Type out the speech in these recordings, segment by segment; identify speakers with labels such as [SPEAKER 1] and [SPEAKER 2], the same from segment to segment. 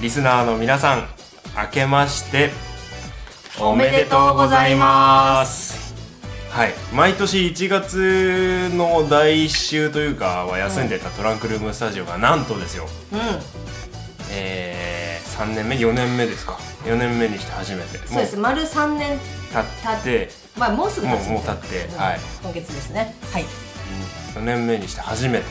[SPEAKER 1] リスナーの皆さん、明けましておめでとうございます。はい、毎年1月の第1週というかは休んでたトランクルームスタジオがなんとですよ、3年目4年目ですか、4年目にして初めて。
[SPEAKER 2] そうです、丸3年
[SPEAKER 1] 経って、
[SPEAKER 2] まあもうすぐ経つ
[SPEAKER 1] もう経って、はい、
[SPEAKER 2] 今月ですね。はい、
[SPEAKER 1] 4年目にして初めて、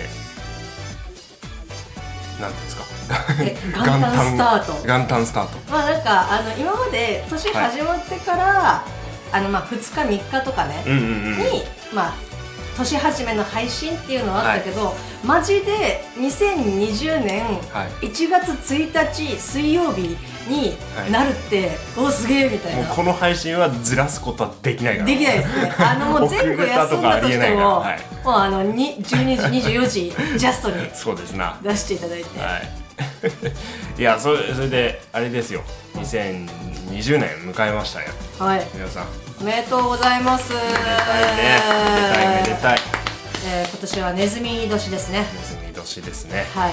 [SPEAKER 1] なんていうんですか、
[SPEAKER 2] 元旦スタート。
[SPEAKER 1] 元旦スタート。
[SPEAKER 2] まあなんか今まで年始まってから、まあ2日3日とかね、にまあ年始めの配信っていうのはあったけど、マジで2020年1月1日水曜日になるって、おすげえみたいな。
[SPEAKER 1] もうこの配信はずらすことはできないから。
[SPEAKER 2] できないですね。もう前後休んだとしても、もう12時24時ジャストに
[SPEAKER 1] そうですな、
[SPEAKER 2] 出していただいて、
[SPEAKER 1] いや、それであれですよ、2020年迎えましたよ。はい、皆さん
[SPEAKER 2] おめでとうございます。
[SPEAKER 1] めでたいね、めでたい。
[SPEAKER 2] 今年はネズミ年ですね。
[SPEAKER 1] ネズミ年ですね。
[SPEAKER 2] はい、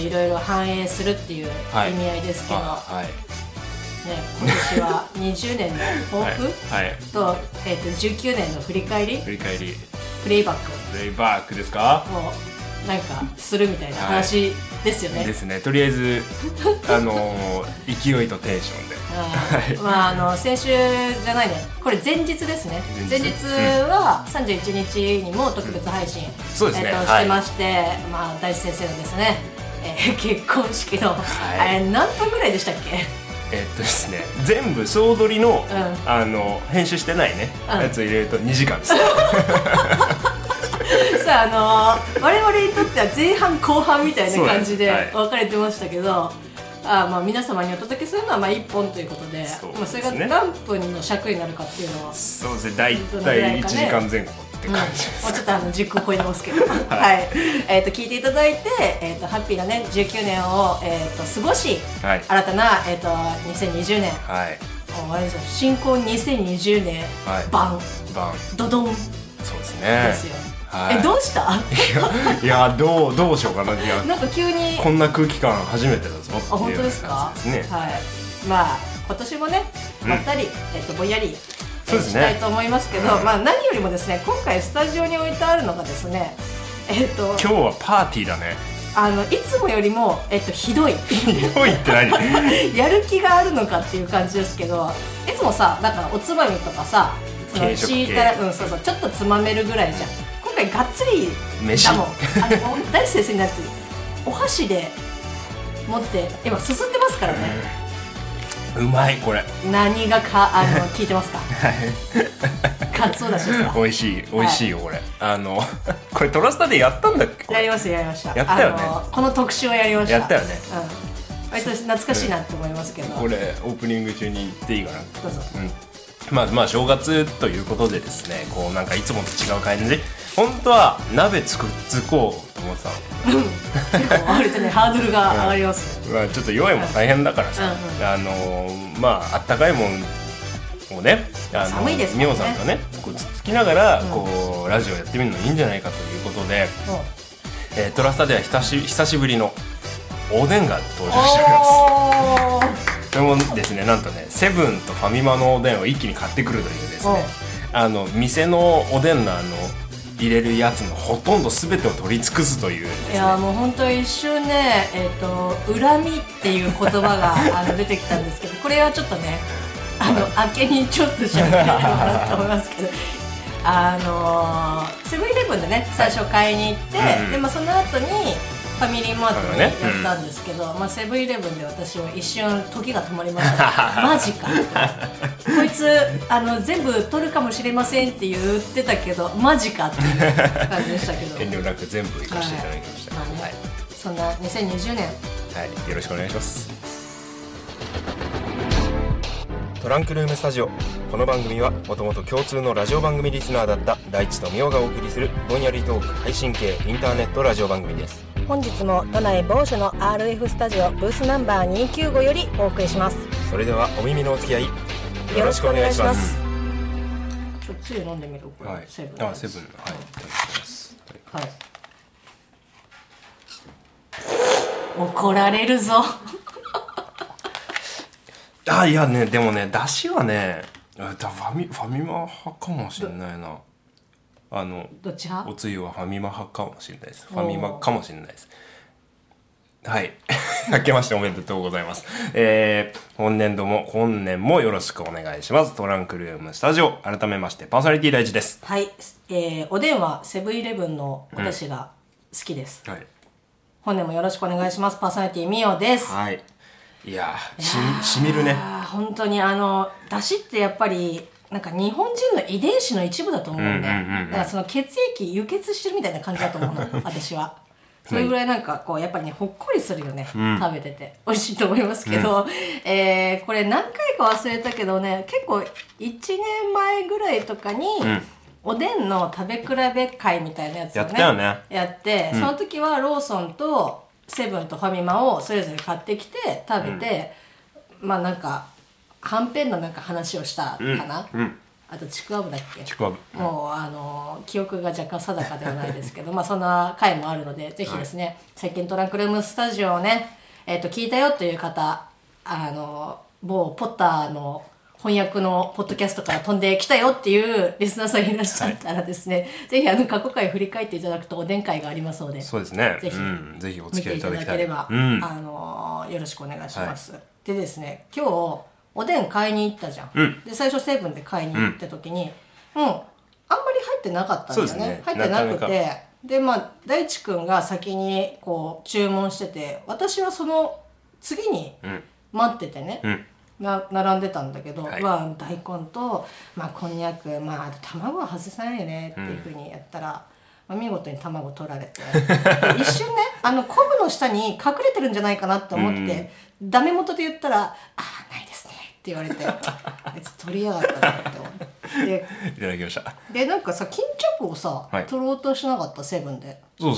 [SPEAKER 2] いろいろ反映するっていう意味合いですけど、ね、今年は20年の抱負と、19年の振り返り、プレイバック
[SPEAKER 1] ですか？
[SPEAKER 2] もうなんかするみたいな話ですよね。
[SPEAKER 1] ですね。とりあえず勢いとテンションで。
[SPEAKER 2] まあ先週じゃないね、これ前日ですね。前日は31日にも特別配信してまして、まあ大地先生のですね、結婚式のあれ何分ぐらいでしたっけ？
[SPEAKER 1] ですね、全部総取りの編集してないねやつを入れると2時間です。
[SPEAKER 2] さあ我々にとっては前半後半みたいな感じで分かれてましたけど、まあ皆様にお届けするのはまあ1本ということで、まあそれが何分の尺になるかっていうのは、
[SPEAKER 1] そうですね、大体1時間前後って感じです。
[SPEAKER 2] もうちょっと軸を超えてますけど、はい、聞いていただいて、ハッピーなね19年を過ごし、新たな2020年、新婚2020年版ドドン
[SPEAKER 1] そうですね。
[SPEAKER 2] ですよ。どうした？
[SPEAKER 1] いや、どうしようかな。
[SPEAKER 2] なんか急に
[SPEAKER 1] こんな空気感初めてだぞっていう
[SPEAKER 2] 本当ですか？はい。まあ今年もね、まったりぼんやりしたいと思いますけど、まあ何よりもですね、今回スタジオに置いてあるのがですね、
[SPEAKER 1] 今日はパーティーだね。
[SPEAKER 2] いつもよりもひどい。
[SPEAKER 1] ひどいって何？
[SPEAKER 2] やる気があるのかっていう感じですけど、いつもさ、なんかおつまみとかさ、敷いたらそうそう、ちょっとつまめるぐらいじゃん。今回がっつりだもん。大地先生になってお箸で持って今すすってますからね。
[SPEAKER 1] うまいこれ。
[SPEAKER 2] 何が効いてますか？かつおだしですか？
[SPEAKER 1] 美味しいよこれ。これトラスタでやったんだっけ？
[SPEAKER 2] やりました。や
[SPEAKER 1] ったよね。
[SPEAKER 2] この特集をやりました。
[SPEAKER 1] やったよね。
[SPEAKER 2] 割と懐かしいなって思いますけど。
[SPEAKER 1] これオープニング中に言っていいかな？
[SPEAKER 2] どうぞ。
[SPEAKER 1] まあ正月ということでですね、こうなんかいつもと違う感じで、本当は鍋作こうと思ってたの。
[SPEAKER 2] 結構割とねハードルが上がりますね。
[SPEAKER 1] まあちょっと用意も大変だからさ、まああったかいもんをね、
[SPEAKER 2] 寒いですね。
[SPEAKER 1] みおさんとねこうつつきながらこうラジオやってみるのいいんじゃないかということで、トラスタでは久しぶりのおでんが登場しております。それもですね、なんとね、セブンとファミマのおでんを一気に買ってくるというですね、店のおでんの入れるやつのほとんど全てを取り尽くすというですね。
[SPEAKER 2] いやもう本当一瞬ね、恨みっていう言葉が出てきたんですけど、これはちょっとね、明けにちょっとしゃべれればなと思いますけど、セブンイレブンでね最初買いに行って、でもその後にファミリーマートにやったんですけど、まあセブンイレブンで私は一瞬時が止まりました。マジか。こいつ全部取るかもしれませんって言ってたけど、マジかっていう感じでしたけど。
[SPEAKER 1] 遠慮なく全部行かせていただきました。
[SPEAKER 2] そんな2020年、
[SPEAKER 1] よろしくお願いします。トランクルームスタジオ。この番組はもともと共通のラジオ番組リスナーだった大地とみおがお送りするぼんやりトーク配信系インターネットラジオ番組です。
[SPEAKER 2] 本日も都内某所の RF スタジオブースナンバー295よりお送りします。
[SPEAKER 1] それではお耳のお付き合いよろしくお願いします。
[SPEAKER 2] ちょっとつゆ飲んでみるこれ、セブン。
[SPEAKER 1] セブン、いただきます。
[SPEAKER 2] 怒られるぞ。
[SPEAKER 1] いやね、でもね、だしはね、ファミマ派かもしれないな。
[SPEAKER 2] どっち派？
[SPEAKER 1] おつゆはファミマ派かもしれないです。ファミマかもしれないです。はい。明けましておめでとうございます。本年もよろしくお願いします。トランクルームスタジオ、改めましてパーソナリティ大地です。
[SPEAKER 2] はい。おでんはセブンイレブンのお出汁が好きです。
[SPEAKER 1] はい。
[SPEAKER 2] 本年もよろしくお願いします。パーソナリティみおです。
[SPEAKER 1] はい。いやー、しみるね。
[SPEAKER 2] 本当に出汁ってやっぱり、なんか日本人の遺伝子の一部だと思うんで、だからその血液輸血してるみたいな感じだと思うの私は。それぐらいなんかこうやっぱりねほっこりするよね、食べてて美味しいと思いますけど、これ何回か忘れたけどね、結構1年前ぐらいとかに、おでんの食べ比べ会みたいなやつをね
[SPEAKER 1] やったよね。
[SPEAKER 2] やって、その時はローソンとセブンとファミマをそれぞれ買ってきて食べて、まあなんかはんぺんのなんか話をしたかな、あとちくわぶだっけ、
[SPEAKER 1] ちくわぶ、
[SPEAKER 2] もう記憶が若干定かではないですけどまあそんな回もあるので、ぜひですね、最近トランクルームスタジオをね、聞いたよという方、某ポッターの翻訳のポッドキャストから飛んできたよっていうリスナーさんいらっしゃったらですね、ぜひ過去回振り返っていただくとおでん会がありますので、
[SPEAKER 1] そうですね、
[SPEAKER 2] ぜひ、
[SPEAKER 1] ぜひお付き合いい
[SPEAKER 2] 見ていた
[SPEAKER 1] ただきたい。
[SPEAKER 2] だければ、よろしくお願いします、でですね、今日おでん買いに行ったじゃん、で最初セブンで買いに行った時に、あんまり入ってなかったんだよ ね、入ってなくて、でまあ大地くんが先にこう注文してて、私はその次に待っててね、並んでたんだけど、大根と、まあ、こんにゃく、まあ、あと卵は外さないよねっていうふうにやったら、まあ、見事に卵取られて一瞬ね昆布の下に隠れてるんじゃないかなって思って、ダメ元で言ったら「ああないですね」って言われてあいつ取りやがったなって思ってで
[SPEAKER 1] いただきました。
[SPEAKER 2] でなんかさ巾着をさ、取ろうとしなかったセブンで。
[SPEAKER 1] そう、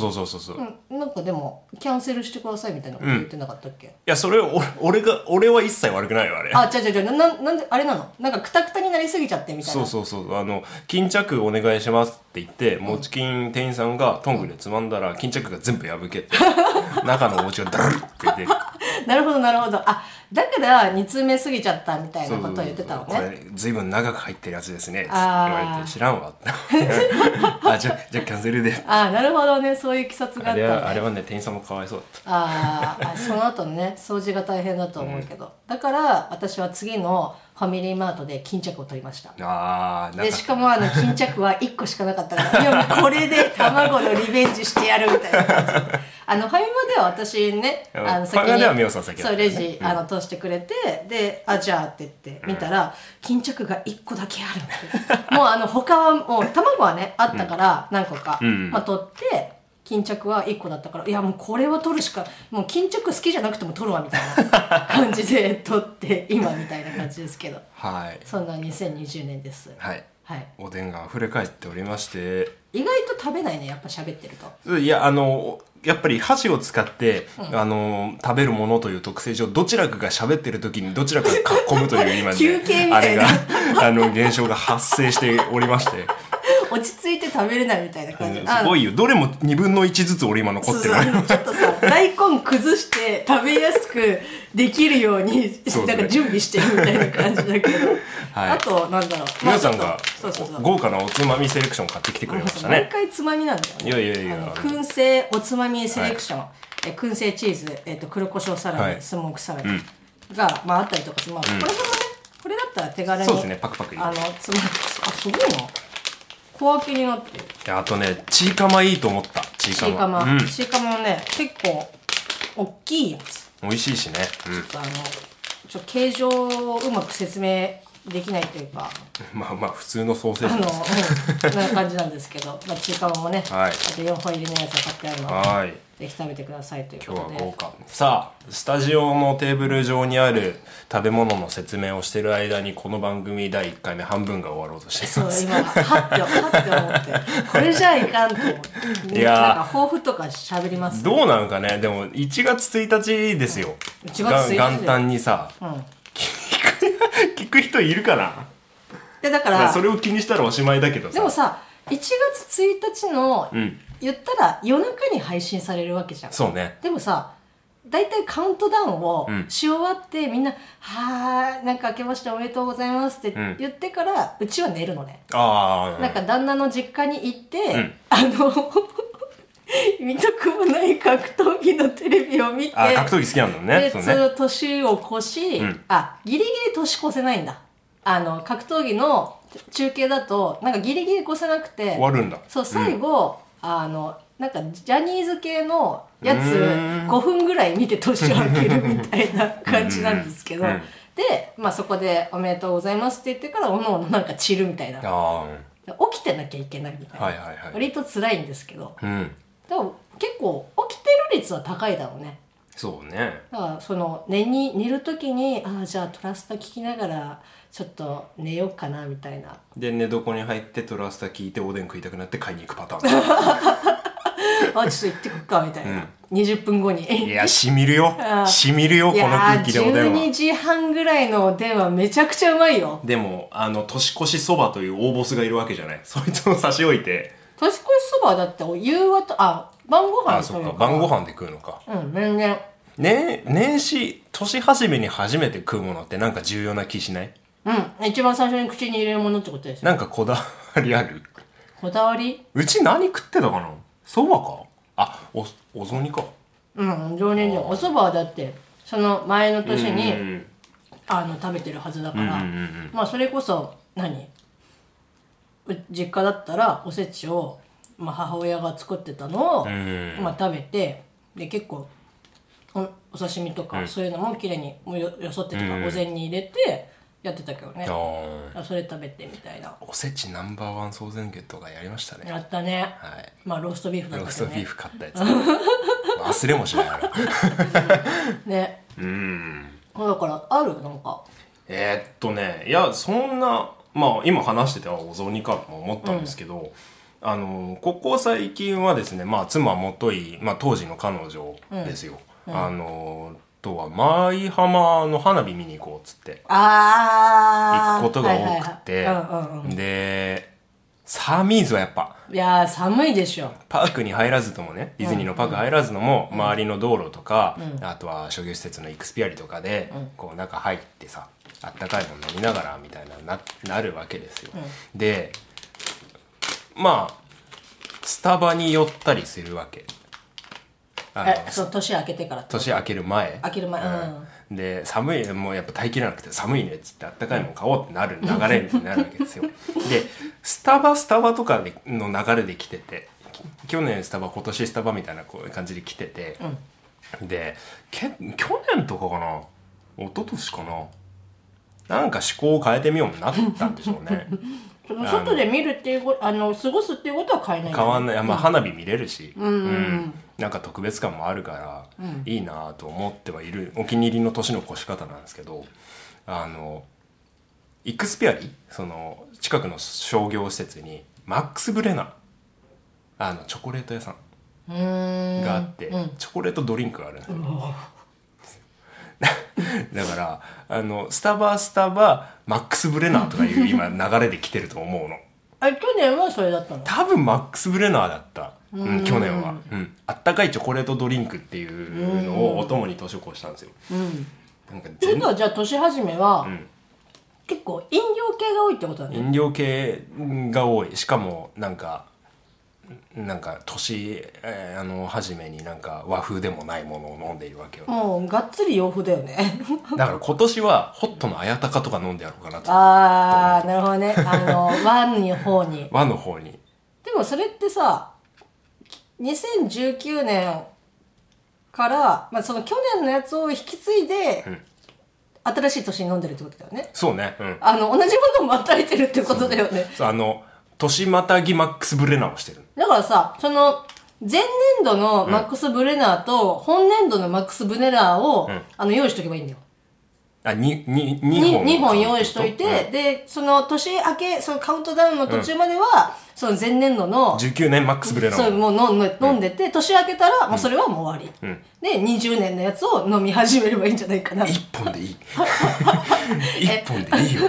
[SPEAKER 2] なんかでもキャンセルしてくださいみたいなこと言ってなかったっけ、
[SPEAKER 1] いやそれ俺は一切悪くないよあれ。
[SPEAKER 2] なんであれなの、なんかクタクタになりすぎちゃってみたいな。
[SPEAKER 1] そう巾着お願いしますって言ってもち巾店員さんがトングでつまんだら巾着が全部破けて中のお餅がダルって出て
[SPEAKER 2] なるほどだから煮詰めすぎちゃったみたいなことを言ってたのね。
[SPEAKER 1] これずいぶん長く入ってるやつですねって言われて、知らんわじゃあキャンセルで。
[SPEAKER 2] なるほどね、そういういきさつがあったね。
[SPEAKER 1] あれはね店員さんもかわいそうだった。
[SPEAKER 2] その後のね掃除が大変だと思うけど、だから私は次のファミリーマートで巾着を取りました。でしかも巾着は1個しかなかったからいやもうこれで卵のリベンジしてやるみたいな感じでファミマでは私ね
[SPEAKER 1] 先に
[SPEAKER 2] そうレジ通してくれて、でじゃあって言って見たら、巾着が1個だけあるってもう他はもう卵はねあったから何個か、取って巾着は1個だったから、いやもうこれは取るしか、もう巾着好きじゃなくても取るわみたいな感じで取って今みたいな感じですけど、そんな2020年です。
[SPEAKER 1] おでんが溢れ返っておりまして、
[SPEAKER 2] 意外と食べないねやっぱ喋ってる
[SPEAKER 1] と。いややっぱり箸を使って、食べるものという特性上どちらかが喋ってる時にどちらかが囲むという今ねあれが現象が発生しておりまして
[SPEAKER 2] 落ち着いて食べれないみたいな感じ、
[SPEAKER 1] すごいよ。どれも2分の1ずつ俺今残ってる。
[SPEAKER 2] ちょっとさ大根崩して食べやすくできるようになんか準備してるみたいな感じだけどあとなんだろう、
[SPEAKER 1] 皆さんが豪華なおつまみセレクション買ってきてくれましたね。
[SPEAKER 2] 毎回つまみなんだよね。
[SPEAKER 1] いや
[SPEAKER 2] 燻製おつまみセレクション、燻製チーズ、黒胡椒サラダ、スモークサラダが、あったりとか、これほどね、これだったら手軽に
[SPEAKER 1] そうですね、パクパク
[SPEAKER 2] つまみすごいな、小分けになってる。
[SPEAKER 1] あとねチーカマいいと思った。チーカマね
[SPEAKER 2] 結構大きいやつ、
[SPEAKER 1] 美味しいしね、
[SPEAKER 2] ちょっと形状をうまく説明できないというか
[SPEAKER 1] まあ普通のソーセージです
[SPEAKER 2] な感じなんですけど、チーカマもね、あと4本入りのやつが買ってあるので、ぜひ食べてくださいということで。
[SPEAKER 1] 今日は豪華。さあスタジオのテーブル上にある食べ物の説明をしてる間にこの番組第1回目半分が終わろうとしています。
[SPEAKER 2] そう今はって思ってこれじゃいかんと思って、なんか抱負とか喋ります、
[SPEAKER 1] どうなんかね。でも1月1日ですよ、元旦にさ、聞く人いるかな。
[SPEAKER 2] だから
[SPEAKER 1] それを気にしたらおしまいだけどさ。
[SPEAKER 2] でもさ1月1日の、言ったら夜中に配信されるわけじゃん。
[SPEAKER 1] そうね。
[SPEAKER 2] でもさ大体カウントダウンをし終わって、みんな「はーなんか明けましておめでとうございます」って言ってから、うちは寝るのね。なんか旦那の実家に行って、見たくもない格闘技のテレビを見て、
[SPEAKER 1] 格闘技好きなんだもんね。
[SPEAKER 2] で、その年を越し、ギリギリ年越せないんだ。格闘技の中継だとなんかギリギリ越せなくて
[SPEAKER 1] 終わるんだ。
[SPEAKER 2] そう、最後、なんかジャニーズ系のやつ5分ぐらい見て年を明けるみたいな感じなんですけど、で、まあ、そこで「おめでとうございます」って言ってからおのおのなんか散るみたいな、起きてなきゃいけないみたいな、割と辛いんですけど、でも結構起きてる率は高いだろうね。
[SPEAKER 1] そうね。
[SPEAKER 2] だからその寝る時にじゃあトラスタ聞きながらちょっと寝ようかなみたいな。
[SPEAKER 1] で寝床に入ってトラスタ聞いておでん食いたくなって買いに行くパターン。
[SPEAKER 2] ちょっと行ってくっかみたいな、20分後に。
[SPEAKER 1] いやしみるよこの空気でおでんは。
[SPEAKER 2] 12時半ぐらいのおでんはめちゃくちゃうまいよ。
[SPEAKER 1] でも年越しそばという大ボスがいるわけじゃない。そいつを差し置いて
[SPEAKER 2] 年越しそばだって夕方晩ご飯
[SPEAKER 1] そうか晩ご飯で食うのか。
[SPEAKER 2] 全然
[SPEAKER 1] 年始年始めに初めて食うものってなんか重要な気しない？
[SPEAKER 2] 一番最初に口に入れるものってことですよ。
[SPEAKER 1] なんかこだわりある？
[SPEAKER 2] こだわり？
[SPEAKER 1] うち何食ってたかな。そばか？お雑煮か。
[SPEAKER 2] 常年でおそばはだってその前の年に食べてるはずだから、まあそれこそ実家だったらおせちを、母親が作ってたのを、食べて、で結構お刺身とかそういうのもきれいによそってとかお膳に入れてやってたけどね。それ食べてみたいな。
[SPEAKER 1] おせちＮｏ.1総選挙とかやりましたね。
[SPEAKER 2] やったね。ローストビーフだったけどね。ロースト
[SPEAKER 1] ビーフ買ったやつ忘れもしないあれ
[SPEAKER 2] ね。だからあるなんか
[SPEAKER 1] いやそんな今話しててお雑煮かと思ったんですけど、ここ最近はですね、妻もとい、当時の彼女ですよ、とは舞浜の花火見に行こうっつって行くことが多くて、で寒いぞやっぱ。
[SPEAKER 2] いや寒いでしょ。
[SPEAKER 1] パークに入らずともね、ディズニーのパーク入らずのも、周りの道路とか、あとは商業施設のイクスピアリとかで、こう中入ってさあったかいもの飲みながらみたいなるわけですよ、でスタバに寄ったりするわけ。
[SPEAKER 2] そう年明けてから
[SPEAKER 1] 年明ける前で寒いもうやっぱ耐えきれなくて寒いねっつってあったかいもん買おうってなる流れになるわけですよ。でスタバとかの流れで来てて、去年スタバ今年スタバみたいなこういう感じで来てて、で去年とかかな一昨年かな、なんか思考を変えてみようになったんでしょうね。
[SPEAKER 2] 外で見るっていう過ごすっていうことは変えない、
[SPEAKER 1] 変わんない。花火見れるし、なんか特別感もあるから、いいなと思ってはいる。お気に入りの年の越し方なんですけど、イクスピアリその近くの商業施設にマックスブレナーチョコレート屋さんがあって、チョコレートドリンクがあるんですよ。だからスタバマックスブレナーとかいう今流れで来てると思うの。
[SPEAKER 2] 去年はそれだったの？
[SPEAKER 1] 多分マックスブレナーだった、去年は、あったかいチョコレートドリンクっていうのをお供に年を越したんですよ。
[SPEAKER 2] なんかっていうのはじゃあ年始めは、結構飲料系が多いってことだね。
[SPEAKER 1] 飲料系が多い。しかもなんか年初めになんか和風でもないものを飲んでいるわけよ。
[SPEAKER 2] もうがっつり洋風だよね。
[SPEAKER 1] だから今年はホットの綾鷹とか飲んでやろうかなと。
[SPEAKER 2] なるほどね。和の方に。でもそれってさ、2019年から、その去年のやつを引き継いで、新しい年に飲んでるってことだよね。
[SPEAKER 1] そうね。
[SPEAKER 2] 同じものをまたいてるってことだよね。
[SPEAKER 1] 年またぎマックスブレナーをしてる。
[SPEAKER 2] だからさ、その前年度のマックスブレナーと本年度のマックスブレナーを、用意しとけばいいんだよ。2本用意しといて、でその年明けそのカウントダウンの途中までは、その前年度の
[SPEAKER 1] 19年マックスブレナー
[SPEAKER 2] そうもう飲んでて、年明けたらもうそれはもう終わり、で20年のやつを飲み始めればいいんじゃないかな。
[SPEAKER 1] 1本でいい1本でいいよ。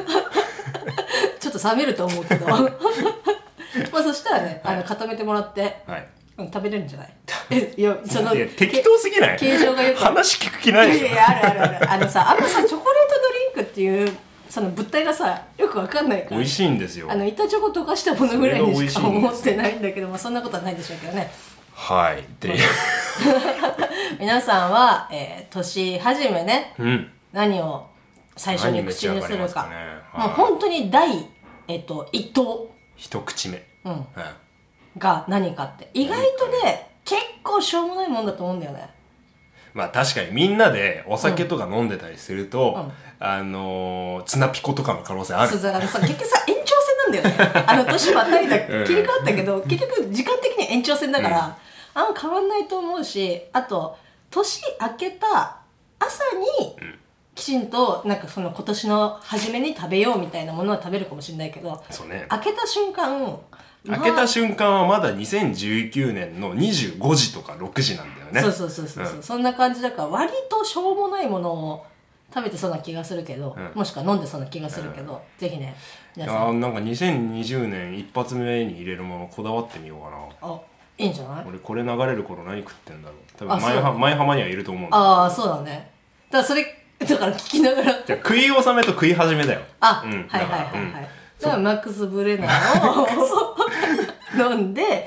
[SPEAKER 2] ちょっと冷めると思うけどそしたらね、固めてもらって、 食べれるんじゃないいや
[SPEAKER 1] いや適当すぎない
[SPEAKER 2] 形状がよく
[SPEAKER 1] 話聞く気ないでしょ。
[SPEAKER 2] いやあるあるあるさ、あんまさチョコレートドリンクっていうその物体がさよくわかんないから
[SPEAKER 1] 美味しいんですよ。
[SPEAKER 2] 板チョコ溶かしたものぐらいにしか思ってないんだけど、まあ、そんなことはないでしょうけどね。
[SPEAKER 1] はいっていう
[SPEAKER 2] 皆さんは、年始めね、
[SPEAKER 1] うん、
[SPEAKER 2] 何を最初に口にするか、
[SPEAKER 1] ね、
[SPEAKER 2] もう本当に第、一頭
[SPEAKER 1] 一口目、
[SPEAKER 2] が何かって意外とね、結構しょうもないもんだと思うんだよね。
[SPEAKER 1] まあ確かにみんなでお酒とか飲んでたりすると、ツナピコとかの可能性ある。
[SPEAKER 2] そうそう、結局さ延長戦なんだよね年ばっかりだ切り替わったけど、結局時間的に延長戦だから、あんま変わんないと思うし、あと年明けた朝にきちんとなんかその今年の初めに食べようみたいなものは食べるかもしれないけど、
[SPEAKER 1] そうね、
[SPEAKER 2] 開けた瞬間
[SPEAKER 1] はまだ2019年の25時とか6時なんだよね。
[SPEAKER 2] そう、そんな感じだから割としょうもないものを食べてそうな気がするけど、もしくは飲んでそうな気がするけど、ぜひね皆さん。
[SPEAKER 1] なんか2020年一発目に入れるものこだわってみようかな。
[SPEAKER 2] いいんじゃない？
[SPEAKER 1] 俺これ流れる頃何食ってんだろう。多分前浜にはいると思うんだけど。
[SPEAKER 2] ああそうだね。だから聞きながら
[SPEAKER 1] じゃ食い納めと食い始めだよ。
[SPEAKER 2] はい、だからマックスブレナーを飲んで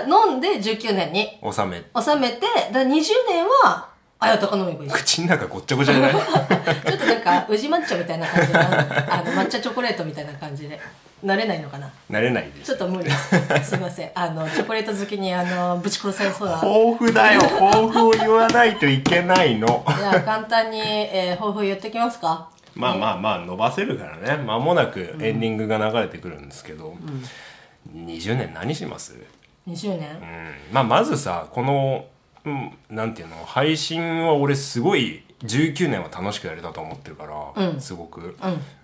[SPEAKER 2] 19年に収めて、だから20年は綾鷹飲めばいい。
[SPEAKER 1] 口の中ごっちゃごちゃじゃない
[SPEAKER 2] ちょっとなんか宇治抹茶みたいな感じで抹茶チョコレートみたいな感じで慣れないのかな。
[SPEAKER 1] 慣れないです。
[SPEAKER 2] ちょっと無理ですすいません。チョコレート好きにぶち殺されそうな。
[SPEAKER 1] 抱負だよ抱負を言わないといけないの。
[SPEAKER 2] じゃあ簡単に、抱負言ってきますか。
[SPEAKER 1] まあ伸ばせるからね。間もなくエンディングが流れてくるんですけど、20年何します？
[SPEAKER 2] 20年、
[SPEAKER 1] まずさこのなんていうの配信は俺すごい19年は楽しくやれたと思ってるから、すごく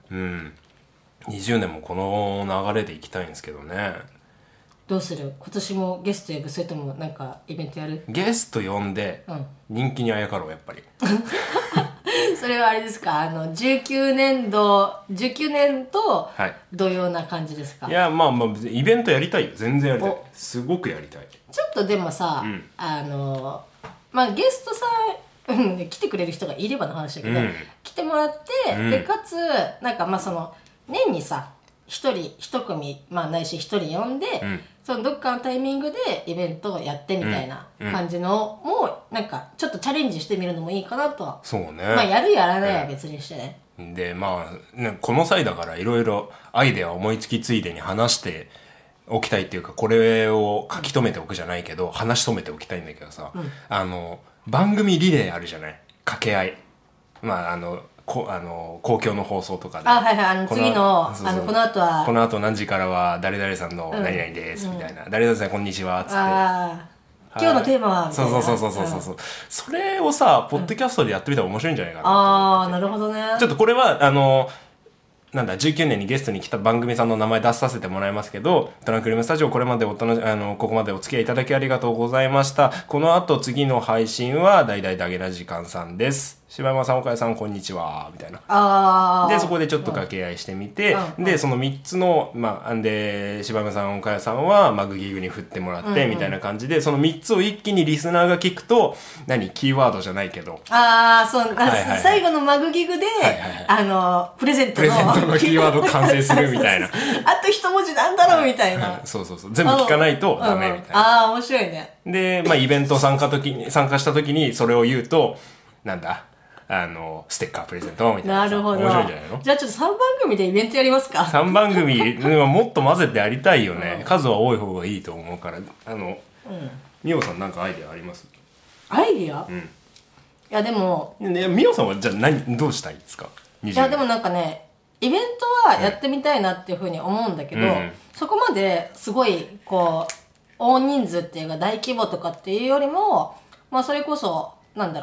[SPEAKER 1] 20年もこの流れでいきたいんですけどね。
[SPEAKER 2] どうする？今年もゲスト呼ぶ？それともなんかイベントやる？
[SPEAKER 1] ゲスト呼んで、人気にあやかろうやっぱり
[SPEAKER 2] それはあれですか19年と同様な感じですか？
[SPEAKER 1] いやまあイベントやりたいよ。全然やりたい。すごくやりたい。
[SPEAKER 2] ちょっとでもさ、ゲストさん来てくれる人がいればの話だけど、来てもらって、でかつなんかその年にさ一人一組、ないし一人呼んで、そのどっかのタイミングでイベントをやってみたいな感じのもなんかちょっとチャレンジしてみるのもいいかなとは。
[SPEAKER 1] そうね。
[SPEAKER 2] やるやらないは別にしてね。
[SPEAKER 1] でこの際だからいろいろアイデア思いつきついでに話しておきたいっていうか、これを書き留めておくじゃないけど話し留めておきたいんだけどさ、番組リレーあるじゃない、掛け合い。公共の放送とかで
[SPEAKER 2] 次のこ
[SPEAKER 1] の後何時からは誰々さんの何々ですみたいな、誰々さんこんにちはっつって、
[SPEAKER 2] 今日のテーマはみたいな。
[SPEAKER 1] そうそれをさポッドキャストでやってみたら面白いんじゃないかな。
[SPEAKER 2] なるほどね。
[SPEAKER 1] ちょっとこれは19年にゲストに来た番組さんの名前出させてもらいますけど、トランクルームスタジオこれまでここまでお付き合いいただきありがとうございました。この後次の配信は大々だげな時間さんです。柴山さん岡谷さんこんにちはみたいな。でそこでちょっと掛け合いしてみて、でその3つので柴山さん岡谷さんはマグギグに振ってもらって、みたいな感じでその3つを一気にリスナーが聞くとキーワードじゃないけど
[SPEAKER 2] 最後のマグギグでプレゼント
[SPEAKER 1] のキーワード完成するみたいな
[SPEAKER 2] あと一文字なんだろうみたいな。
[SPEAKER 1] そう全部聞かないとダメみたいな。
[SPEAKER 2] 面白いね。
[SPEAKER 1] でイベント参加した時にそれを言うとステッカープレゼントみたいな。
[SPEAKER 2] なるほど。
[SPEAKER 1] 面白いんじゃないの？
[SPEAKER 2] じゃあちょっと3番組でイベントやりますか。
[SPEAKER 1] 3番組はもっと混ぜてやりたいよね。数は多い方がいいと思うから。みおさんなんかアイデアあります？
[SPEAKER 2] アイデア？いやでも
[SPEAKER 1] みおさんはじゃあどうしたいですか？
[SPEAKER 2] いやでもイベントはやってみたいなっていうふうに思うんだけど、そこまですごい大人数っていうか大規模とかっていうよりもそれこそ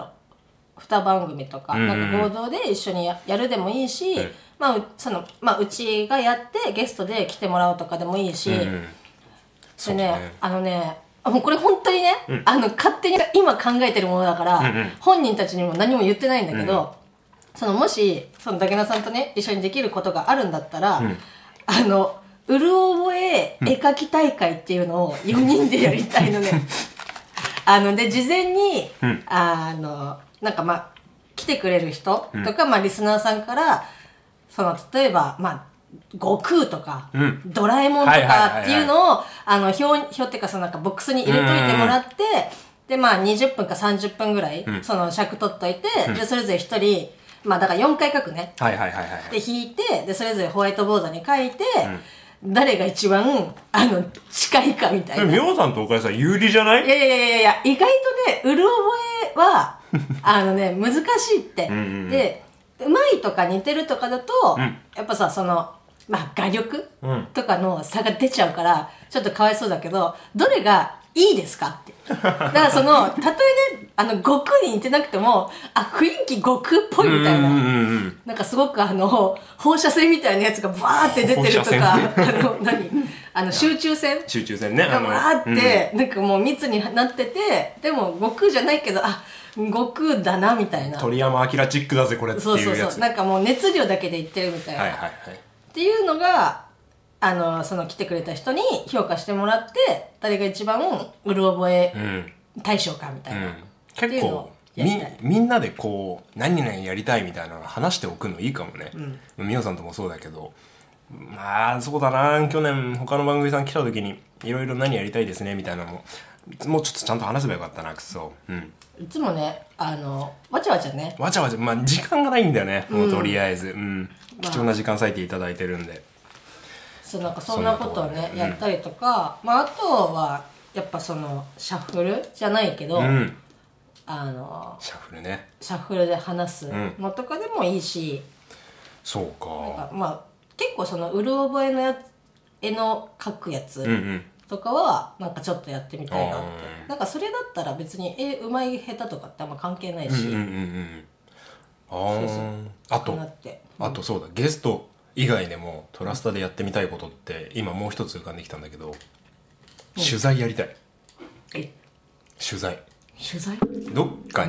[SPEAKER 2] 2番組とか合同で一緒にやるでもいいし、うちがやってゲストで来てもらうとかでもいいし、でねもうこれ本当にね、勝手に今考えてるものだから、本人たちにも何も言ってないんだけど、もしだけなさんとね一緒にできることがあるんだったら、 うる覚え絵描き大会っていうのを4人でやりたいのね。で、事前に、なんかまあ、来てくれる人とか、まあ、リスナーさんから、例えば、まあ、悟空とか、ドラえもんとかっていうのを、表っていうか、なんかボックスに入れといてもらって、で、まあ、20分か30分ぐらい、尺取っといて、で、それぞれ1人、まあ、だから4回書くね。で、引いて、で、それぞれホワイトボードに書いて、誰が一番、近いかみたいな。
[SPEAKER 1] みおさんと岡井さん有利じゃない？
[SPEAKER 2] いや、意外とね、うる覚えは、難しいって。で、うまいとか似てるとかだと、やっぱさ、まあ、画力とかの差が出ちゃうから、ちょっとかわいそうだけど、どれがいいですかって。だからたとえね、悟空に似てなくても、雰囲気悟空っぽいみたいな。なんかすごく放射線みたいなやつがバーって出てるとか、集中線
[SPEAKER 1] ね。
[SPEAKER 2] がバーって、なんかもう密になってて、でも悟空じゃないけど、悟空だなみたいな。
[SPEAKER 1] 鳥山明チックだぜこれっていうやつ。
[SPEAKER 2] そう。なんかもう熱量だけで言ってるみたいな。っていうのが、来てくれた人に評価してもらって、誰が一番うる覚え大賞かみたいな。
[SPEAKER 1] 結構みんなでこう何々やりたいみたいなの話しておくのいいかもね。みおさんともそうだけど、まあそうだな、去年他の番組さん来た時にいろいろ何やりたいですねみたいなのもうちょっとちゃんと話せばよかったな、くそ。
[SPEAKER 2] いつもね、わちゃわちゃね。
[SPEAKER 1] わちゃわちゃ、まあ時間がないんだよね、もうとりあえず。貴重な時間割いていただいてるんで。
[SPEAKER 2] なんかそんなことをね、やったりとか、まああとは、やっぱシャッフルじゃないけど、シャ
[SPEAKER 1] ッフルね。
[SPEAKER 2] シャッフルで話すのとかでもいいし、
[SPEAKER 1] そうか。
[SPEAKER 2] まあ、結構うる覚えの絵の描くやつとかは、なんかちょっとやってみたいなって。なんかそれだったら別にうまい下手とかってあんま関係ないし。
[SPEAKER 1] あとそうだ、ゲスト以外でもトラスタでやってみたいことって今もう一つ浮かんできたんだけど、取材やりたい。取材どっか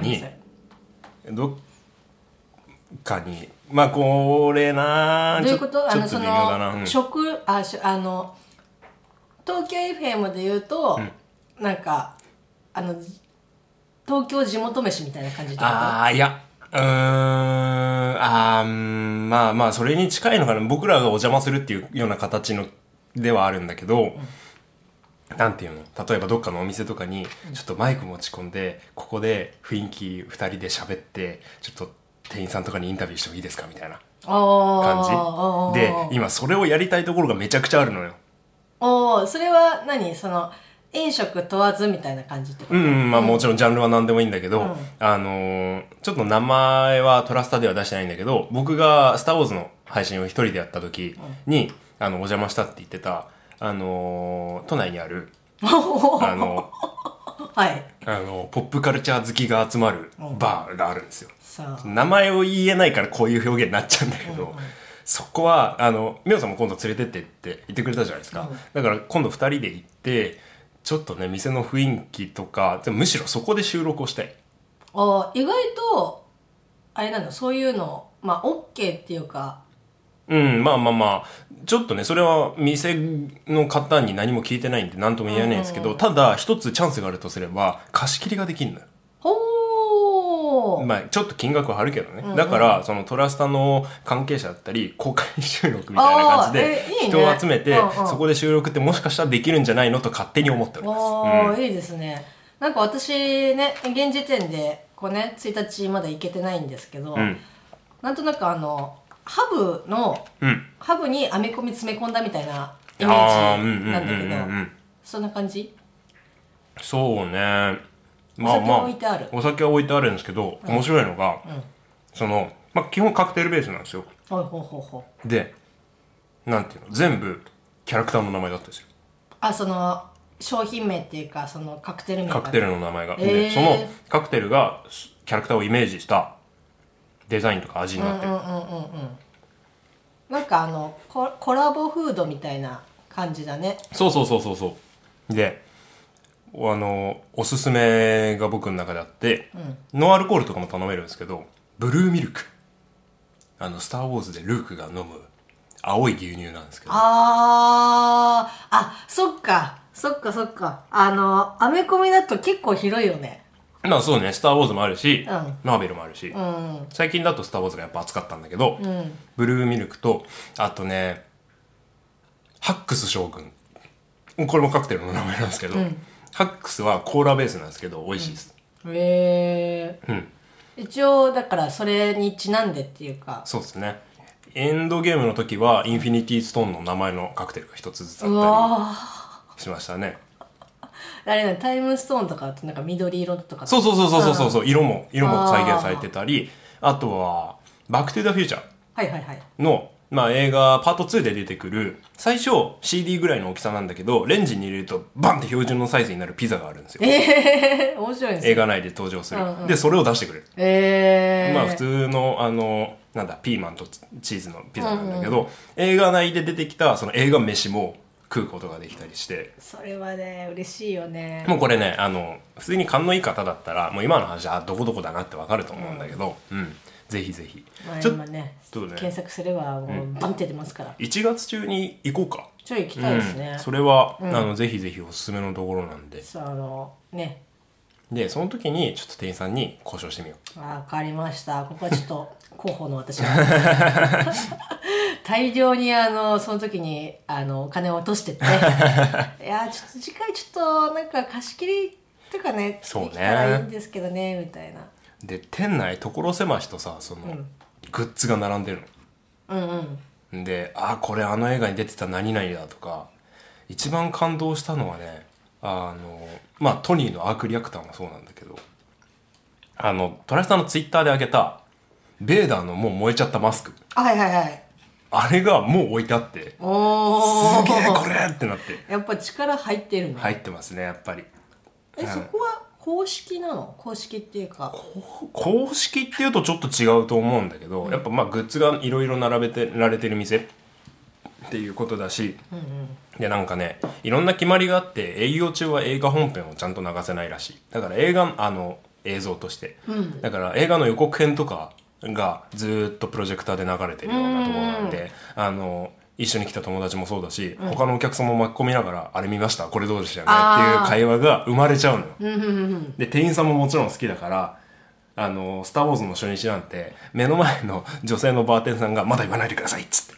[SPEAKER 1] にまあこれな、
[SPEAKER 2] どういうこと？
[SPEAKER 1] ちょっと微妙だな。
[SPEAKER 2] 東京 FM で言うと、なんか東京地元飯みたいな感じで。
[SPEAKER 1] いや、まあそれに近いのかな。僕らがお邪魔するっていうような形のではあるんだけど、なんていうの、例えばどっかのお店とかにちょっとマイク持ち込んで、ここで雰囲気2人で喋って、ちょっと店員さんとかにインタビューしてもいいですかみたいな感じで、今それをやりたいところがめちゃくちゃあるのよ。
[SPEAKER 2] それは何？飲食問わずみたいな感じってこと？
[SPEAKER 1] まあもちろんジャンルは何でもいいんだけど、ちょっと名前はトラスタでは出してないんだけど、僕がスターウォーズの配信を一人でやった時に、お邪魔したって言ってた、都内にある、
[SPEAKER 2] はい。
[SPEAKER 1] ポップカルチャー好きが集まるバーがあるんですよ。名前を言えないからこういう表現になっちゃうんだけど、そこは、みおさんも今度連れてってって言ってくれたじゃないですか。だから今度2人で行って、ちょっとね、店の雰囲気とか、むしろそこで収録をしたい。
[SPEAKER 2] 意外と、あれなんだ、そういうの、まあ、OK っていうか。
[SPEAKER 1] まあ、ちょっとね、それは店の方に何も聞いてないんで何とも言えないんですけど、ただ一つチャンスがあるとすれば、貸し切りができるのよ。まあ、ちょっと金額は張るけどね。だから、トラスタの関係者だったり、公開収録みたいな感じで、人を集めて、そこで収録ってもしかしたらできるんじゃないのと勝手に思っております。
[SPEAKER 2] いいですね。なんか私ね、現時点で、1日まだ行けてないんですけど、なんとなくハブにアメコミ詰め込んだみたいなイメージなんだけど、そんな感じ？
[SPEAKER 1] そうね。
[SPEAKER 2] お酒は置いてある。
[SPEAKER 1] お酒は置いてあるんですけど、面白いのが、まあ、基本カクテルベースなんですよ。で、なんていうの、全部キャラクターの名前だったんですよ。
[SPEAKER 2] 商品名っていうか、カクテル名。
[SPEAKER 1] カクテルの名前が。で、そのカクテルがキャラクターをイメージしたデザインとか味になってる。
[SPEAKER 2] なんかコラボフードみたいな感じだね。
[SPEAKER 1] そう。で、おすすめが僕の中であって、ノンアルコールとかも頼めるんですけど、ブルーミルク。スターウォーズでルークが飲む、 青い牛乳なんですけど。
[SPEAKER 2] そっか。アメコミだと結構広いよね。
[SPEAKER 1] まあそうね、スター・ウォーズもあるし、
[SPEAKER 2] うん、
[SPEAKER 1] マーベルもあるし、
[SPEAKER 2] うん、
[SPEAKER 1] 最近だとスター・ウォーズがやっぱ熱かったんだけど、
[SPEAKER 2] うん、
[SPEAKER 1] ブルーミルクと、あとね、ハックス将軍。これもカクテルの名前なんですけど、ハックスはコーラベースなんですけど、美味しいです。
[SPEAKER 2] 一応、だからそれにちなんでっていうか。
[SPEAKER 1] そうですね。エンドゲームの時は、インフィニティストーンの名前のカクテルが一つずつあったりしましたね。
[SPEAKER 2] あれね、タイムストーンとかってなんか緑色とか。
[SPEAKER 1] そう、色も再現されてたり、あとは、バックトゥザフューチャーの、まあ映画パート2で出てくる、最初 CD ぐらいの大きさなんだけど、レンジに入れるとバンって標準のサイズになるピザがあるんですよ。
[SPEAKER 2] 面白いですね。
[SPEAKER 1] 映画内で登場する。で、それを出してくれる。まあ普通の、ピーマンとチーズのピザなんだけど、映画内で出てきたその映画飯も食うことができたりして。
[SPEAKER 2] それはね、嬉しいよね。
[SPEAKER 1] もうこれね、普通に勘のいい方だったら、もう今の話はどこどこだなってわかると思うんだけど、ぜひぜひ。
[SPEAKER 2] 今ね、検索すればもうバンって出ますから。
[SPEAKER 1] 1月中に行こうか。
[SPEAKER 2] ちょい行きたいですね。
[SPEAKER 1] それは、ぜひぜひおすすめのところなんで。
[SPEAKER 2] ね。
[SPEAKER 1] で、その時にちょっと店員さんに交渉してみよう。
[SPEAKER 2] わかりました。ここはちょっと広報の私が大量にその時にお金を落としてっていやちょっと次回ちょっとなんか貸し切りとかね
[SPEAKER 1] そうね
[SPEAKER 2] できたらいいんですけどねみたいな。
[SPEAKER 1] で店内所狭しとさグッズが並んでるの。でこれ映画に出てた何々だとか。一番感動したのはねトニーのアークリアクターもそうなんだけどトラスさんのツイッターで上げたベーダーのもう燃えちゃったマスク、あれがもう置いてあってすげえこれってなって、
[SPEAKER 2] やっぱ力入ってるの。
[SPEAKER 1] 入ってますねやっぱり。
[SPEAKER 2] そこは公式なの？公式っていうか
[SPEAKER 1] 公式っていうとちょっと違うと思うんだけど、やっぱグッズがいろいろ並べてられてる店っていうことだし、でなんかねいろんな決まりがあって営業中は映画本編をちゃんと流せないらしい。だから映画映像として、だから映画の予告編とかがずーっとプロジェクターで流れてるようなところなんで、一緒に来た友達もそうだし、他のお客さんも巻き込みながらあれ見ましたこれどうでしたよねっていう会話が生まれちゃうのよ。で店員さんももちろん好きだからスター・ウォーズの初日なんて目の前の女性のバーテンさんがまだ言わないでくださいっつって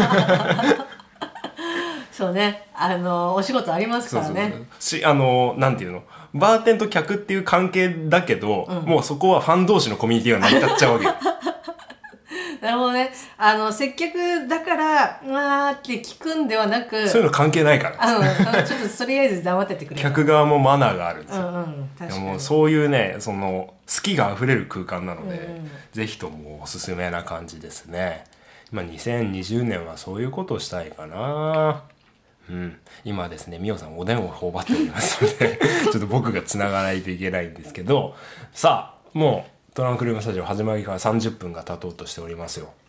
[SPEAKER 2] そうねお仕事ありますからね。
[SPEAKER 1] なんていうのバーテンと客っていう関係だけど、もうそこはファン同士のコミュニティが成り立っちゃうわけよ
[SPEAKER 2] なるほどね。接客だからって聞くんではなく、
[SPEAKER 1] そういうの関係ないから
[SPEAKER 2] ちょっととりあえず黙っててくれ。
[SPEAKER 1] 客側もマナーがあるんですよ。
[SPEAKER 2] 確かに。
[SPEAKER 1] もうそういうね好きが溢れる空間なので、ぜひともおすすめな感じですね。2020年はそういうことをしたいかな。今ですね、みおさんおでんを頬張っておりますのでちょっと僕が繋がないといけないんですけど、さあもうトランクルームスタジオ始まりから30分が経とうとしておりますよ。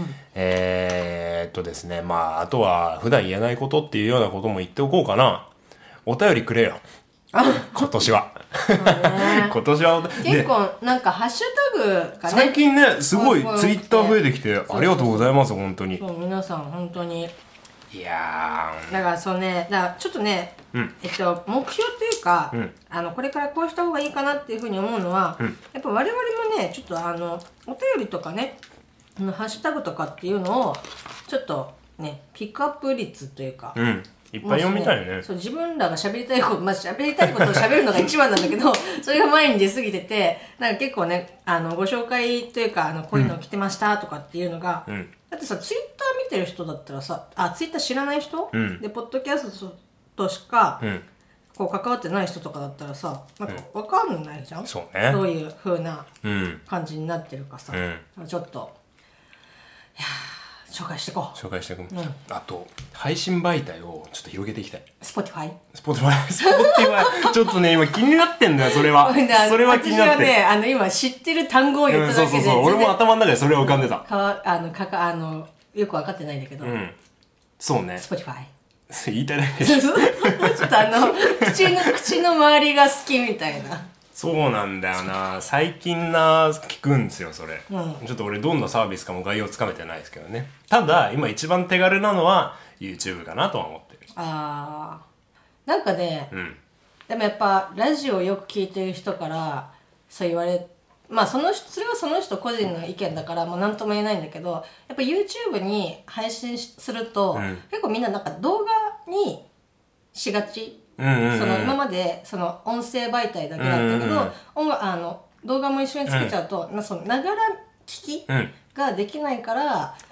[SPEAKER 1] ですね、あとは普段言えないことっていうようなことも言っておこうかな。お便りくれよ今年は今年は
[SPEAKER 2] 結構なんかハッシュタグがね
[SPEAKER 1] 最近ねすごいツイッター増えてきてありがとうございます本当に。
[SPEAKER 2] 皆さん本当に
[SPEAKER 1] いや
[SPEAKER 2] だからだからちょっとね、目標というか、これからこうした方がいいかなっていうふうに思うのは、やっぱ我々もねちょっとお便りとかねハッシュタグとかっていうのをちょっとねピックアップ率というか、
[SPEAKER 1] いっぱい読みたいよね。
[SPEAKER 2] そう自分らが喋りたいこと、喋りたいことを喋るのが一番なんだけどそれが前に出過ぎててなんか結構ねご紹介というかこういうの来てましたとかっていうのが、だってさツイッター見てる人だったらさツイッター知らない人、でポッドキャストとしか、こう関わってない人とかだったらさなんか分かんないじゃん、
[SPEAKER 1] そうね、
[SPEAKER 2] どういう風な感じになってるかさ、ちょっといや紹介していこう。
[SPEAKER 1] 紹介していく、あと配信媒体をちょっと広げていきたい。
[SPEAKER 2] Spotify
[SPEAKER 1] ちょっとね今気になってんだよそれはそれは気になって
[SPEAKER 2] 私はね今知ってる単語を言っただけで、
[SPEAKER 1] 俺も頭の中でそれは浮かんでた。
[SPEAKER 2] よく分かってないんだけど、
[SPEAKER 1] そうね
[SPEAKER 2] Spotify
[SPEAKER 1] 言いたいだけ
[SPEAKER 2] ちょっと口の周りが好きみたいな
[SPEAKER 1] そうなんだよな。最近聞くんですよそれ、ちょっと俺どんなサービスかも概要つかめてないですけどね。ただ今一番手軽なのは YouTube かなとは思ってる。
[SPEAKER 2] なんかね、でもやっぱラジオをよく聞いてる人からそう言われ、まあそれはその人個人の意見だからもう何とも言えないんだけど、やっぱ YouTube に配信すると、結構みんななんか動画にしがち。その今までその音声媒体だけだったけど、動画も一緒につけちゃうと、そのながら聞きができないから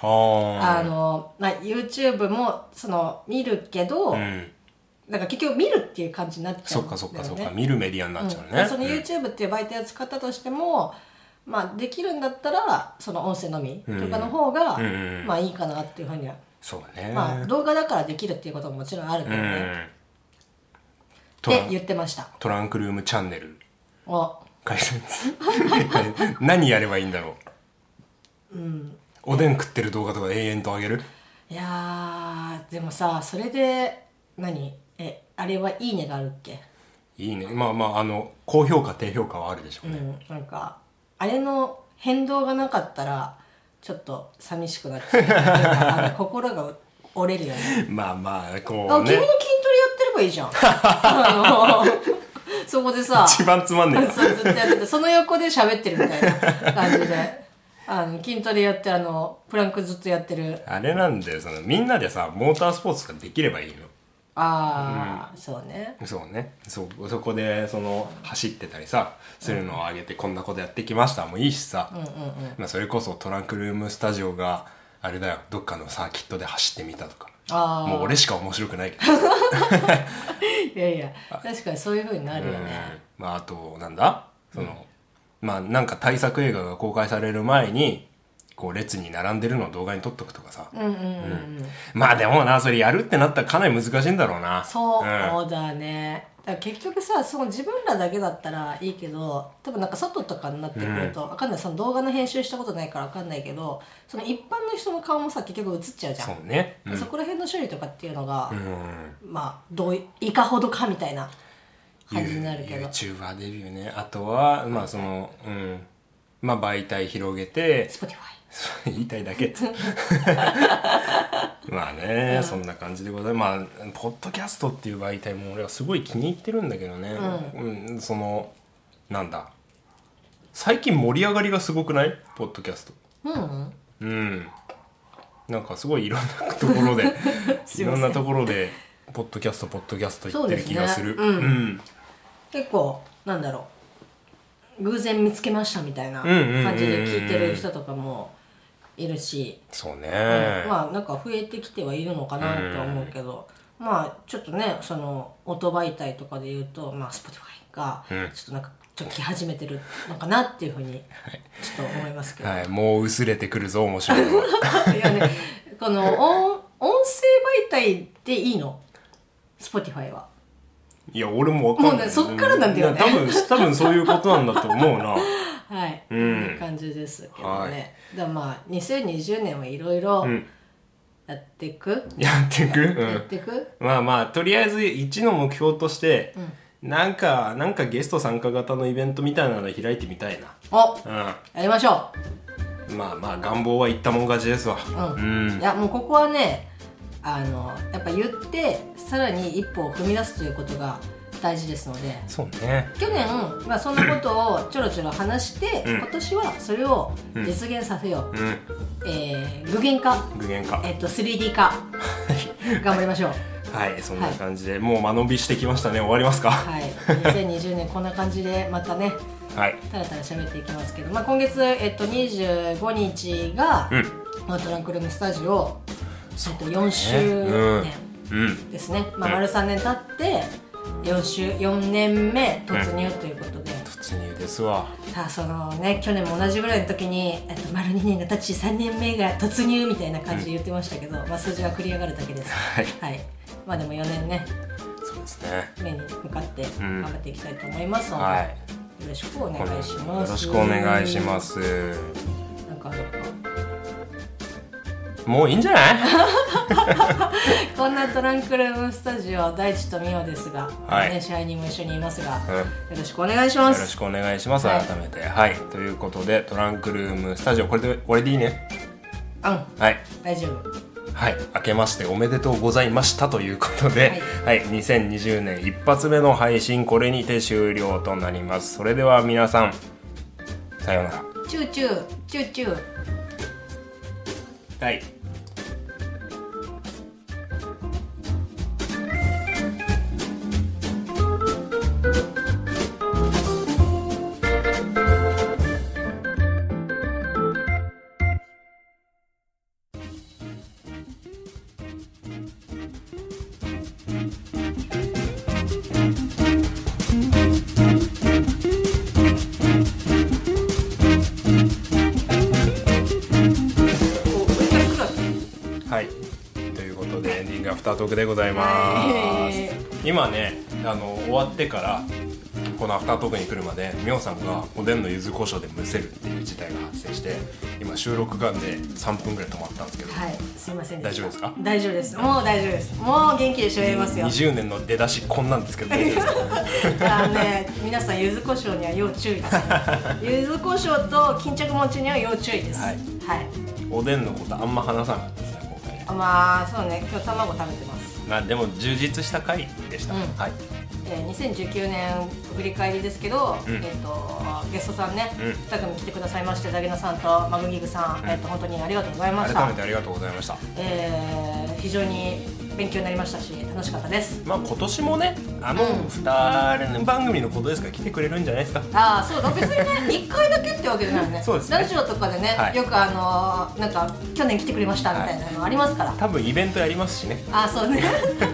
[SPEAKER 2] 、YouTube もその見るけど、なんか結局見るっていう感じになっちゃうんだよね。
[SPEAKER 1] そっか見るメディアになっちゃうね。
[SPEAKER 2] その YouTube っていう媒体を使ったとしても、まあできるんだったらその音声のみとかの方がまあいいかなっていうふうには。
[SPEAKER 1] そうね。
[SPEAKER 2] まあ動画だからできるっていうことももちろんあるけどね。って言ってました。
[SPEAKER 1] トランクルームチャンネル開催何やればいいんだろう。おでん食ってる動画とか永遠と上げる。
[SPEAKER 2] いやでもさ、それであれはいいねがあるっけ。
[SPEAKER 1] いいね、まあ高評価低評価はあるでしょうね。
[SPEAKER 2] なんかあれの変動がなかったらちょっと寂しくなっちゃう心が折れるよね。
[SPEAKER 1] まあこうね。
[SPEAKER 2] 君の筋トレやってればいいじゃん。そこでさ、
[SPEAKER 1] 一番つまんねえな。
[SPEAKER 2] ずっとやってて、その横で喋ってるみたいな感じで筋トレやってプランクずっとやってる。
[SPEAKER 1] あれなんだよ、みんなでさモータースポーツができればいいの。
[SPEAKER 2] そうね。
[SPEAKER 1] そこで走ってたりさするのを上げて、こんなことやってきましたもいいしさ、それこそトランクルームスタジオがあれだよ、どっかのサーキットで走ってみたとか。もう俺しか面白くないけど
[SPEAKER 2] いや確かにそういう風になるよね。
[SPEAKER 1] あとなんだなんか大作映画が公開される前にこう列に並んでるのを動画に撮っとくとかさ。まあでもな、それやるってなったらかなり難しいんだろうな。
[SPEAKER 2] そうだね。だから結局さ、自分らだけだったらいいけど、多分なんか外とかになってくると、わかんない、その動画の編集したことないからわかんないけど、その一般の人の顔もさ結局映っちゃうじゃん。
[SPEAKER 1] そうね。
[SPEAKER 2] そこら辺の処理とかっていうのが、まあいかほどかみたいな感じになるけど。
[SPEAKER 1] YouTuber デビューね。あとは媒体広げて
[SPEAKER 2] Spotify
[SPEAKER 1] 言いたいだけってまあね、そんな感じでございます。ポッドキャストっていう媒体も俺はすごい気に入ってるんだけどね。なんだ、最近盛り上がりがすごくない？ポッドキャスト。なんかすごいいろんなところでいろんなところでポッドキャスト言ってる気がする。
[SPEAKER 2] 結構なんだろう、偶然見つけましたみたいな感じで聞いてる人とかもいるし、
[SPEAKER 1] そうね、
[SPEAKER 2] なんか増えてきてはいるのかなと思うけど、ちょっとね、その音媒体とかで言うとSpotify がちょっとなんかちょっと来始めてるのかなっていうふうにちょっと思いますけど、
[SPEAKER 1] もう薄れてくるぞ面白いの
[SPEAKER 2] いやね、この音声媒体でいいの Spotify は。
[SPEAKER 1] いや俺も分かんない。
[SPEAKER 2] もうね、そっからなんだよね。
[SPEAKER 1] 多分そういうことなんだと思うな。
[SPEAKER 2] はい、こんな感じですけどね。だから2020年はいろいろやっていく。とりあえず1の目標として、なんかゲスト参加型のイベントみたいなの開いてみたいな。やりましょ
[SPEAKER 1] う。願望は言ったもん勝ちですわ。
[SPEAKER 2] いやもうここはね、やっぱ言ってさらに一歩を踏み出すということが大事ですので。
[SPEAKER 1] そうね。
[SPEAKER 2] 去年そんなことをちょろちょろ話して、今年はそれを実現させよう。具現化。3D 化頑張りましょう。
[SPEAKER 1] はい、そんな感じで、もう間延びしてきましたね。終わりますか。
[SPEAKER 2] はい、2020年こんな感じでまたね、ただただ喋っていきますけど、今月25日がトランクルームスタジオ4周年ですね。丸3年経って4年目突入ということで。
[SPEAKER 1] 突入ですわ。
[SPEAKER 2] 去年も同じぐらいの時に丸2年が経ち3年目が突入みたいな感じで言ってましたけど、数字が繰り上がるだけです。はい。でも4年ね、
[SPEAKER 1] そうですね、
[SPEAKER 2] 目に向かって頑張っていきたいと思いますので、よろしくお願いします。
[SPEAKER 1] よろしくお願いします。
[SPEAKER 2] なんかあるか。
[SPEAKER 1] もういいんじゃない
[SPEAKER 2] こんなトランクルームスタジオ大地とみおですが、
[SPEAKER 1] はい
[SPEAKER 2] ね、試合にも一緒にいますが、よろしくお願いします。
[SPEAKER 1] よろしくお願いします、改めて。はい、ということでトランクルームスタジオ、これでいいね。
[SPEAKER 2] はい、大丈夫。
[SPEAKER 1] はい、明けましておめでとうございましたということで、はい、2020年一発目の配信、これにて終了となります。それでは皆さん、さようなら。
[SPEAKER 2] チューチューチューチュー。
[SPEAKER 1] はい。はい、ということでエンディングアフタートークでございます。今ね、終わってからこのアフタートークに来るまでみおさんがおでんの柚子胡椒で蒸せるっていう事態が発生して、今収録間で3分ぐらい止まったんですけど、
[SPEAKER 2] はい、すいませんでした。
[SPEAKER 1] 大丈夫ですか？大
[SPEAKER 2] 丈夫です。もう大丈夫です。もう元気でしょえますよ。
[SPEAKER 1] 20年の出だしこんなんですけど大丈夫ですか？
[SPEAKER 2] 皆さん柚子胡椒には要注意です。柚子胡椒と巾着餅には要注意です。はい、はい、
[SPEAKER 1] おでんのことあんま話さなかったですね、今回。
[SPEAKER 2] まあそうね、今日卵食べてます。
[SPEAKER 1] まあでも充実した回でした。はい。
[SPEAKER 2] 2019年振り返りですけど、ゲストさんね、2組来てくださいまして、ダゲナさんとマグギグさん、本当にありがとうございました。
[SPEAKER 1] 改めてありがとうございました。
[SPEAKER 2] 非常に勉強になりましたし、楽しかったです。
[SPEAKER 1] まあ今年もね、2人番組のことですから来てくれるんじゃないですか。
[SPEAKER 2] ああ、そうだ、別にね1回だけってわけじゃないよね。
[SPEAKER 1] そうですね。
[SPEAKER 2] ラジオとかでね、よくなんか去年来てくれましたみたいなのありますから。
[SPEAKER 1] 多分イベントやりますしね。
[SPEAKER 2] ああ、そうね。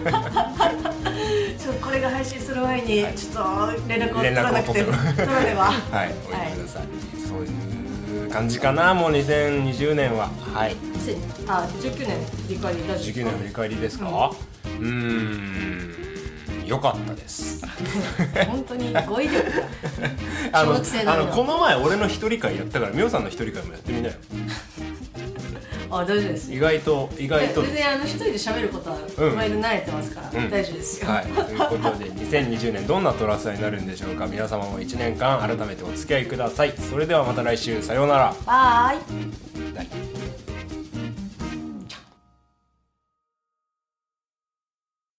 [SPEAKER 2] ちょっとこれが配信する前にちょっと連絡を取らなくて取らねば。はい、おいてください。そういう感じかな、もう2020年は。はい。 19年振り返りだし。
[SPEAKER 1] 19年振り返りですか？良かったです。
[SPEAKER 2] 本当に語彙力が小学生なの。
[SPEAKER 1] この前俺の一人会やったから、みおさんの一人会もやってみなよ。
[SPEAKER 2] あ、大丈夫です。
[SPEAKER 1] 意外と全然
[SPEAKER 2] 一人で喋ることは前で慣れてますから、大丈夫ですよ。はい、と
[SPEAKER 1] いうことで2020年どんなトラスタになるんでしょうか。皆様も1年間改めてお付き合いください。それではまた来週、さようなら。
[SPEAKER 2] バイ。